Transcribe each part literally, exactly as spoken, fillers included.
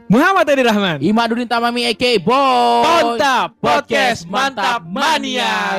Muhammad Adi Rahman, Imaduddin Tamami A K Boy Pontap Podcast Mantap Mania.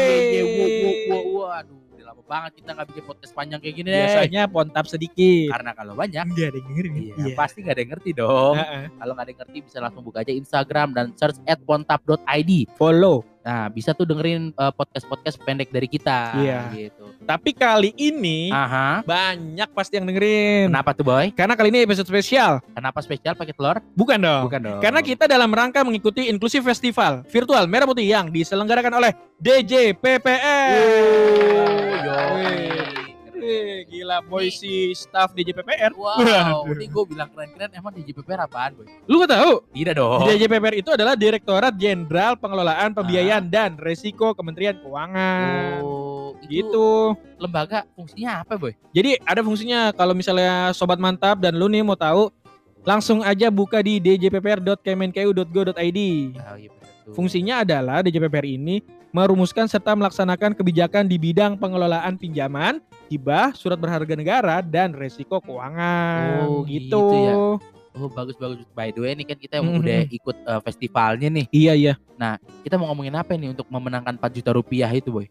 Waduh, udah lama banget kita nggak bikin podcast panjang kayak gini deh. Biasanya Pontap sedikit. Karena kalau banyak Nggak ada yang dengerin. iya, Iya. pasti nggak ada yang ngerti dong. Heeh. Kalau nggak ada yang ngerti bisa langsung buka aja Instagram dan search at pontap dot i d. Follow. Nah bisa tuh dengerin uh, podcast-podcast pendek dari kita. Iya. Gitu. Tapi kali ini Aha. banyak pasti yang dengerin. Kenapa tuh Boy? Karena kali ini episode spesial. Kenapa spesial pakai telur? Bukan dong. Bukan dong. Karena kita dalam rangka mengikuti Inclusive Festival virtual Merah Putih yang diselenggarakan oleh D J P P R. Oh, yo. Wih, gila boy si staff D J P P R. Wow, ini gue bilang keren-keren, emang D J P P R apaan Boy? Lu gak tahu? Tidak dong. D J P P R itu adalah Direktorat Jenderal Pengelolaan Pembiayaan dan Resiko Kementerian Keuangan. Oh, itu Gitu. lembaga fungsinya apa Boy? Jadi ada fungsinya kalau misalnya sobat mantap dan lu nih mau tahu, langsung aja buka di d j p p r dot kemenkeu dot go dot i d. Oh, iya bener tuh. Fungsinya adalah D J P P R ini merumuskan serta melaksanakan kebijakan di bidang pengelolaan pinjaman, hibah, surat berharga negara, dan resiko keuangan. Oh, gitu. gitu ya. Oh bagus bagus. By the way nih kan kita Mhm. udah ikut uh, festivalnya nih. Iya iya. Kita mau ngomongin apa nih untuk memenangkan empat juta rupiah itu Boy?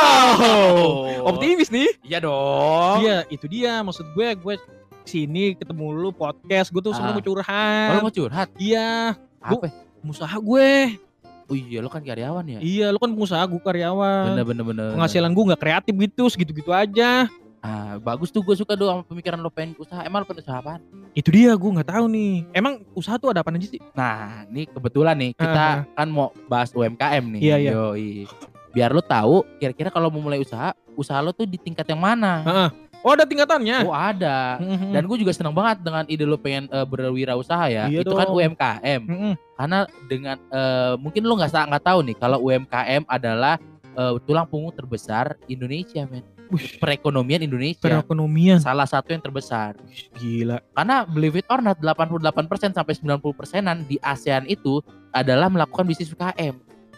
Wow. Optimis nih. Iya dong. Iya, itu dia maksud gue. Gue sini ketemu lu podcast, gue tuh Ah. sebenarnya mau Oh, curhat. lu mau curhat? Iya, Apa? pengusaha gue. Oh iya lu kan karyawan ya? Iya, lu kan pengusaha, gue karyawan. Bener bener bener. Penghasilan gue nggak kreatif gitu, segitu-gitu aja. Ah bagus tuh, gue suka tuh sama pemikiran lo pengen usaha. Emang lo pengen usaha apaan? Itu dia, gue nggak tahu nih. Emang usaha tuh ada apa aja sih? Nah, ini kebetulan nih kita kan mau bahas U M K M nih. Iya, iya. Yoi. Biar lo tahu kira-kira kalau mau mulai usaha, usaha lo tuh di tingkat yang mana? Heeh. Oh, ada tingkatannya. Oh, ada. Mhm. Dan gue juga senang banget dengan ide lo pengen uh, berwirausaha ya. Iya Itu kan dong. U M K M. Mhm. Karena dengan uh, mungkin lo nggak nggak tahu nih kalau U M K M adalah uh, tulang punggung terbesar Indonesia, men. Wih, Perekonomian Indonesia. perekonomian. Salah satu yang terbesar. Wih, gila. Karena believe it or not delapan puluh delapan persen sampai sembilan puluh persenan di ASEAN itu adalah melakukan bisnis U K M.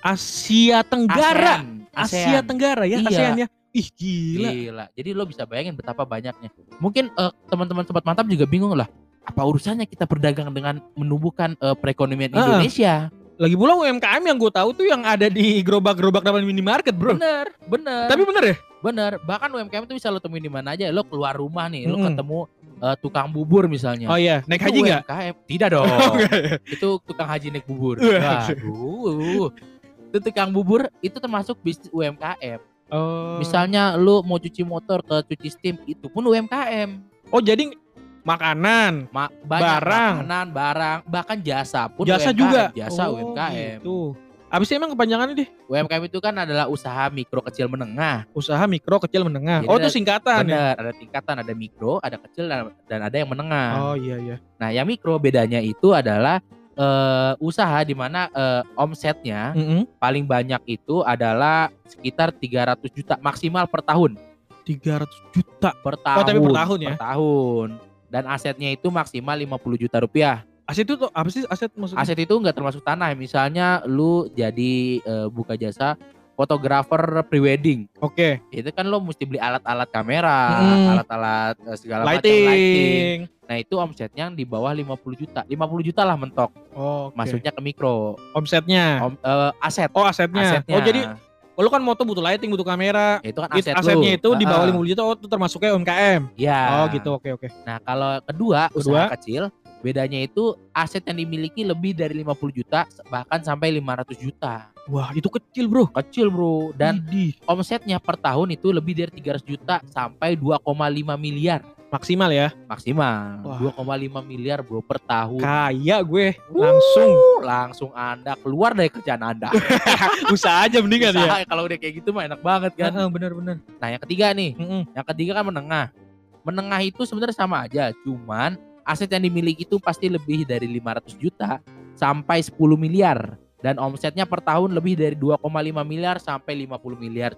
Asia Tenggara. ASEAN. Asia Tenggara ya, Iya. ASEAN ya. Ih, gila. Gila. Jadi lo bisa bayangin betapa banyaknya. Mungkin eh, teman-teman sobat mantap juga bingung lah. Apa urusannya kita berdagang dengan menumbuhkan eh, perekonomian Ah. Indonesia? Lagi pula U M K M yang gue tahu tuh yang ada di gerobak-gerobak depan minimarket, bro. Bener, bener. Tapi bener ya? bener. Bahkan U M K M itu bisa lo temuin di mana aja. Lo keluar rumah nih, lo Mm-mm. ketemu eh, tukang bubur misalnya. Oh iya, naik Itu haji nggak? U M K M. Tidak dong. Itu tukang haji naik bubur. Waduh. Waduh. Itu tukang bubur itu termasuk bisnis U M K M. Oh. Misalnya lu mau cuci motor ke cuci steam itu pun U M K M. Oh, jadi makanan, Ma- banyak Barang. makanan, barang, bahkan jasa pun jasa U M K M. juga. Jasa Oh, U M K M. Gitu. Apa sih emang kepanjangannya deh? U M K M itu kan adalah usaha mikro kecil menengah. Usaha mikro, kecil, menengah. Jadi Oh, ada- itu singkatan ya? Bener, ada tingkatan, ada mikro, ada kecil dan, dan ada yang menengah. Oh iya iya. Nah, yang mikro bedanya itu adalah eh, usaha di mana eh, omsetnya Mm-mm. paling banyak itu adalah sekitar tiga ratus juta maksimal per tahun. tiga ratus juta. Per tahun. Oh, tapi per tahun ya? Per tahun. Dan asetnya itu maksimal lima puluh juta rupiah. Aset itu tuh apa sih aset maksudnya? Aset itu nggak termasuk tanah. Misalnya lu jadi eh, buka jasa fotografer prewedding. Oke. Itu kan lo mesti beli alat-alat kamera, Hmm. alat-alat eh, segala macam Lighting. lighting. Nah, itu omsetnya di bawah lima puluh juta. lima puluh juta lah mentok. Oh, oke. Masuknya ke mikro. Omsetnya. Om, eh, aset. Oh, asetnya. Asetnya. Oh, jadi oh, lu kan moto butuh lighting, butuh kamera. itu kan It- aset asetnya lu. itu di bawah Heeh. lima puluh juta. Oh, itu termasuknya U M K M. Iya. Oh, gitu. Oke, oke. Nah, kalau kedua, Kedua. usaha kecil, bedanya itu aset yang dimiliki lebih dari lima puluh juta bahkan sampai lima ratus juta. Wah, itu kecil, Bro. Kecil, Bro. Dan Widih. omsetnya per tahun itu lebih dari tiga ratus juta sampai dua koma lima miliar Maksimal ya. maksimal. Wah. dua koma lima miliar, Bro, per tahun. Kaya gue langsung Uh, langsung Anda keluar dari kerjaan Anda. usaha aja mendingan ya. Usaha, kalau udah kayak gitu mah enak banget kan. Heeh, bener-bener. Nah, yang ketiga nih. Mm-mm. Yang ketiga kan menengah. Menengah itu sebenarnya sama aja, cuman aset yang dimiliki itu pasti lebih dari lima ratus juta sampai sepuluh miliar. Dan omsetnya per tahun lebih dari dua koma lima miliar sampai lima puluh miliar.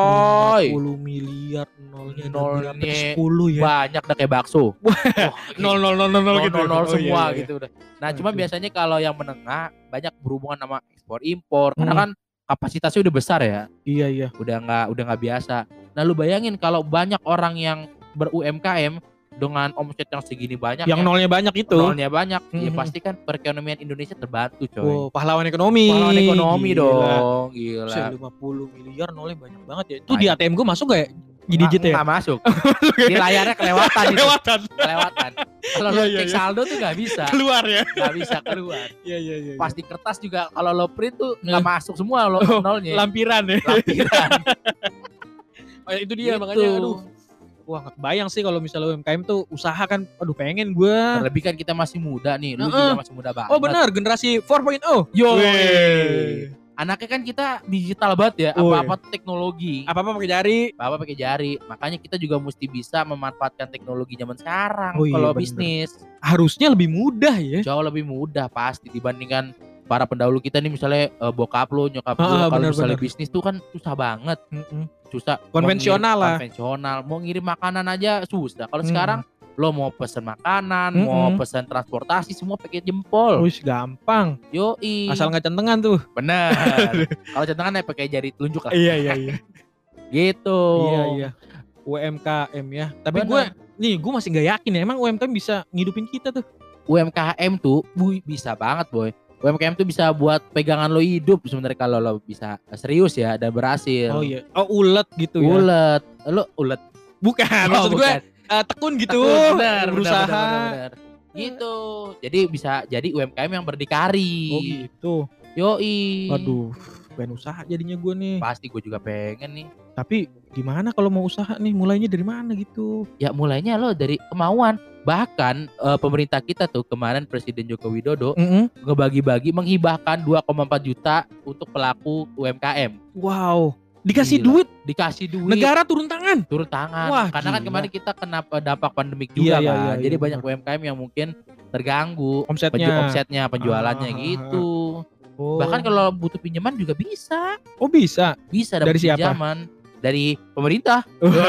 Coy. lima puluh miliar nolnya Nolnya nolnya sepuluh ya. Banyak dah kayak bakso. Nol nol nol nol Nol, gitu. nol, nol Oh, semua iya, iya. gitu udah. Nah, Oh, cuma itu. biasanya kalau yang menengah banyak berhubungan sama ekspor impor karena Hmm. kan kapasitasnya udah besar ya. Iya iya. Udah nggak udah nggak biasa. Nah, lu bayangin kalau banyak orang yang ber-U M K M dengan omset yang segini banyak Yang ya, nolnya banyak itu. nolnya banyak, ya Mhm. pasti kan perekonomian Indonesia terbantu coy. Oh, pahlawan ekonomi. Pahlawan ekonomi Gila. dong, Buset, gila. lima puluh miliar nolnya banyak banget ya. Itu di Banyak. A T M gue masuk gak ya? Di digit ya? Nggak masuk. Di layarnya kelewatan itu. Kelewatan. Kelewatan. Kalau lo Iya, iya, cek iya. saldo tuh nggak bisa. Keluar ya. Nggak bisa keluar. Iya, iya, iya. Pas di kertas juga kalau lo print tuh nggak Eh. masuk semua lo Oh, nolnya. lampiran ya. Lampiran. Oh, itu dia Gitu. makanya aduh. Wah, nggak kebayang sih kalau misalnya U M K M tuh usaha kan, aduh pengen gua. Terlebih kan kita masih muda nih. Lu Heeh. juga masih muda banget. Oh benar, generasi empat titik nol. Yo. Weh. Anaknya kan kita digital banget ya. Woi. Apa-apa tuh teknologi. Apa-apa pakai jari. Apa pakai jari. Makanya kita juga mesti bisa memanfaatkan teknologi zaman sekarang Oh iya, kalau bener. bisnis. Harusnya lebih mudah ya. Jauh lebih mudah pasti dibandingkan para pendahulu kita nih, misalnya eh, bokap lo, nyokap lo, Ah, kalau bener, misalnya bener. bisnis tuh kan susah banget. Mm-mm. Susah. Konvensional Mau ngirim- lah. Konvensional. Mau ngirim makanan aja susah. Kalau Mm. sekarang lo mau pesen makanan, Mm-mm. mau pesen transportasi, semua pakai jempol. Wih, gampang. Yoi. Asal nggak centengan tuh. Bener. Kalau centangan ya pakai jari telunjuk lah. Iya, iya, iya. Gitu. Iya, iya. U M K M ya. Tapi Bener. gue nih, gue masih nggak yakin ya. Emang U M K M bisa ngidupin kita tuh? U M K M tuh bu, bisa banget boy. U M K M tuh bisa buat pegangan lo hidup sebenarnya kalau lo bisa serius ya dan berhasil. Oh iya. Oh ulet gitu ya. Ulet. Lo ulet. Bukan. Oh, Maksud gue bukan. eh, tekun gitu. Tekun, bener, berusaha. bener, bener, bener. Gitu. Jadi bisa jadi U M K M yang berdikari. Oh gitu. Yoi. Waduh. Pengen usaha jadinya gue nih. Pasti gue juga pengen nih. Tapi gimana kalau mau usaha nih? Mulainya dari mana gitu? Ya mulainya lo dari kemauan. Bahkan eh, pemerintah kita tuh kemarin Presiden Joko Widodo Mm-mm. ngebagi-bagi menghibahkan dua koma empat juta untuk pelaku U M K M. Wow. Dikasih Gila. duit. Dikasih duit. Negara turun tangan. Turun tangan. Wah, Karena kan gila. kemarin kita kena eh, dampak pandemik Iya, juga iya, kan. iya, Jadi iya, banyak benar. U M K M yang mungkin terganggu Omsetnya. penju- omsetnya, penjualannya Ah, gitu. Oh. Bahkan kalau butuh pinjaman juga bisa. Oh bisa. Bisa dapat Dari siapa? pinjaman dari pemerintah.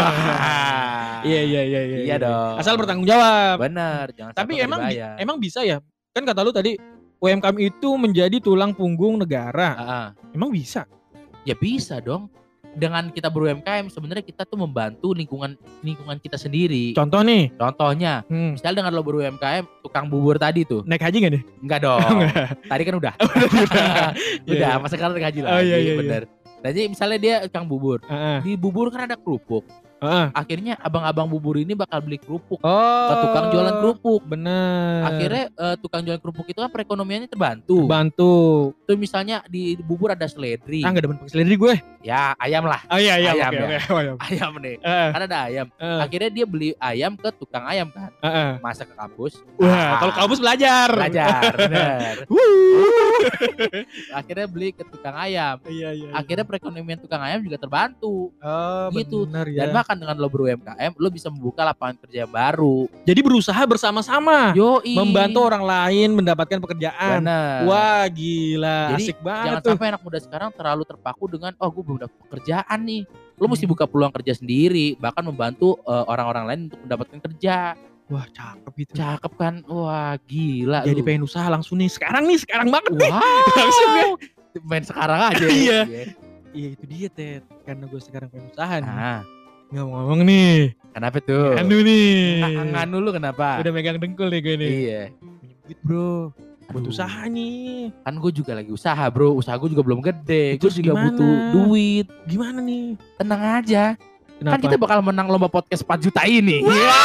Wah. Iya iya iya iya. Iya dong. Asal bertanggung jawab. Bener, jangan Tapi sampai emang bi- dibayar. emang bisa ya? Kan kata lu tadi U M K M itu menjadi tulang punggung negara. Ah, ah. Emang bisa? Ya bisa dong. Dengan kita ber-U M K M sebenarnya kita tuh membantu lingkungan lingkungan kita sendiri. Contoh nih. Contohnya, Hmm. misalnya dengan lo ber-U M K M tukang bubur tadi tuh. Naik haji gak nih? Enggak dong. Enggak. Tadi kan udah. Iya, Udah, iya. masa sekarang naik haji lagi. Oh, iya, iya, iya. Bener. Jadi misalnya dia tukang bubur. Heeh. Di bubur kan ada kerupuk. Heeh. Akhirnya abang-abang bubur ini bakal beli kerupuk Oh. ke tukang jualan kerupuk. Bener. Akhirnya eh, tukang jualan kerupuk itu kan perekonomiannya terbantu. bantu. Tuh misalnya di bubur ada seledri. Ah enggak demen pakai seledri gue. Ya, ayam lah. Oh iya iya Ayam oke, ya. oke, ayam. Ayam nih. Heeh. Kan ada ayam. Heeh. Akhirnya dia beli ayam ke tukang ayam kan. Heeh. Masa ke kampus. Wah, Ah, kalau kampus belajar. belajar, bener. Wuh. Akhirnya beli ke tukang ayam. Iya iya. Akhirnya perekonomian tukang ayam juga terbantu. oh, gitu. bener ya. Dan bahkan dengan lo ber-U M K M, lo bisa membuka lapangan kerja yang baru. Jadi berusaha bersama-sama. Yoi. Membantu orang lain mendapatkan pekerjaan. Bener. Wah gila, Jadi, asik banget Jangan tuh. sampai anak muda sekarang terlalu terpaku dengan oh gue belum dapat pekerjaan nih. Lo mesti Hmm. buka peluang kerja sendiri, bahkan membantu eh, orang-orang lain untuk mendapatkan kerja. Wah cakep itu. Cakep kan? Wah, gila Jadi lu. pengen usaha langsung nih. Sekarang nih, sekarang banget nih. Wow. Langsung ya. Main sekarang aja. Iya. Iya. Iya itu dia Ted. Karena gue sekarang pengen usaha nih. Nah, Ngomong-ngomong nih. kenapa tuh? Anu nih. Nga- Nganu lu kenapa? Udah megang dengkul nih gue nih. Iya. Punya duit bro. Buat Aduh. usaha nih. Kan gue juga lagi usaha bro. Usaha gue juga belum gede. Gue Terus juga gimana? butuh duit. Gimana nih? Tenang aja. Kenapa? Kan kita bakal menang lomba podcast empat juta ini.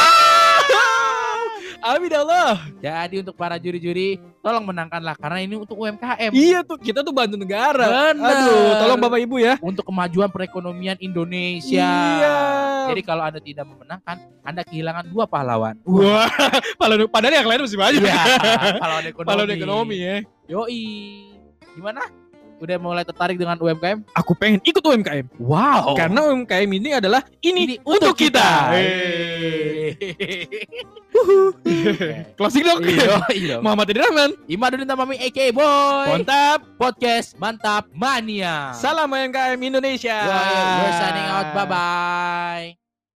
Amin ya Allah. Jadi untuk para juri-juri, tolong menangkanlah karena ini untuk U M K M. Iya tuh, kita tuh bantu negara. Bener. Aduh, tolong Bapak Ibu ya. Untuk kemajuan perekonomian Indonesia. Iya. Jadi kalau Anda tidak memenangkan, Anda kehilangan dua pahlawan. Wah, padahal padahal yang lain masih banyak. Iya, pahlawan ekonomi. Pahlawan ekonomi ya. Yoi. Gimana? Udah mulai tertarik dengan U M K M? Aku pengen ikut U M K M. Wow. Karena U M K M ini adalah ini, Ini untuk kita. Hey. Closing dong. Iya, iya. Muhammad Edi Rahman. Imadudin Tamami A K A Boy. Mantap. Podcast Mantap Mania. Salam U M K M Indonesia. We're signing out. Bye bye.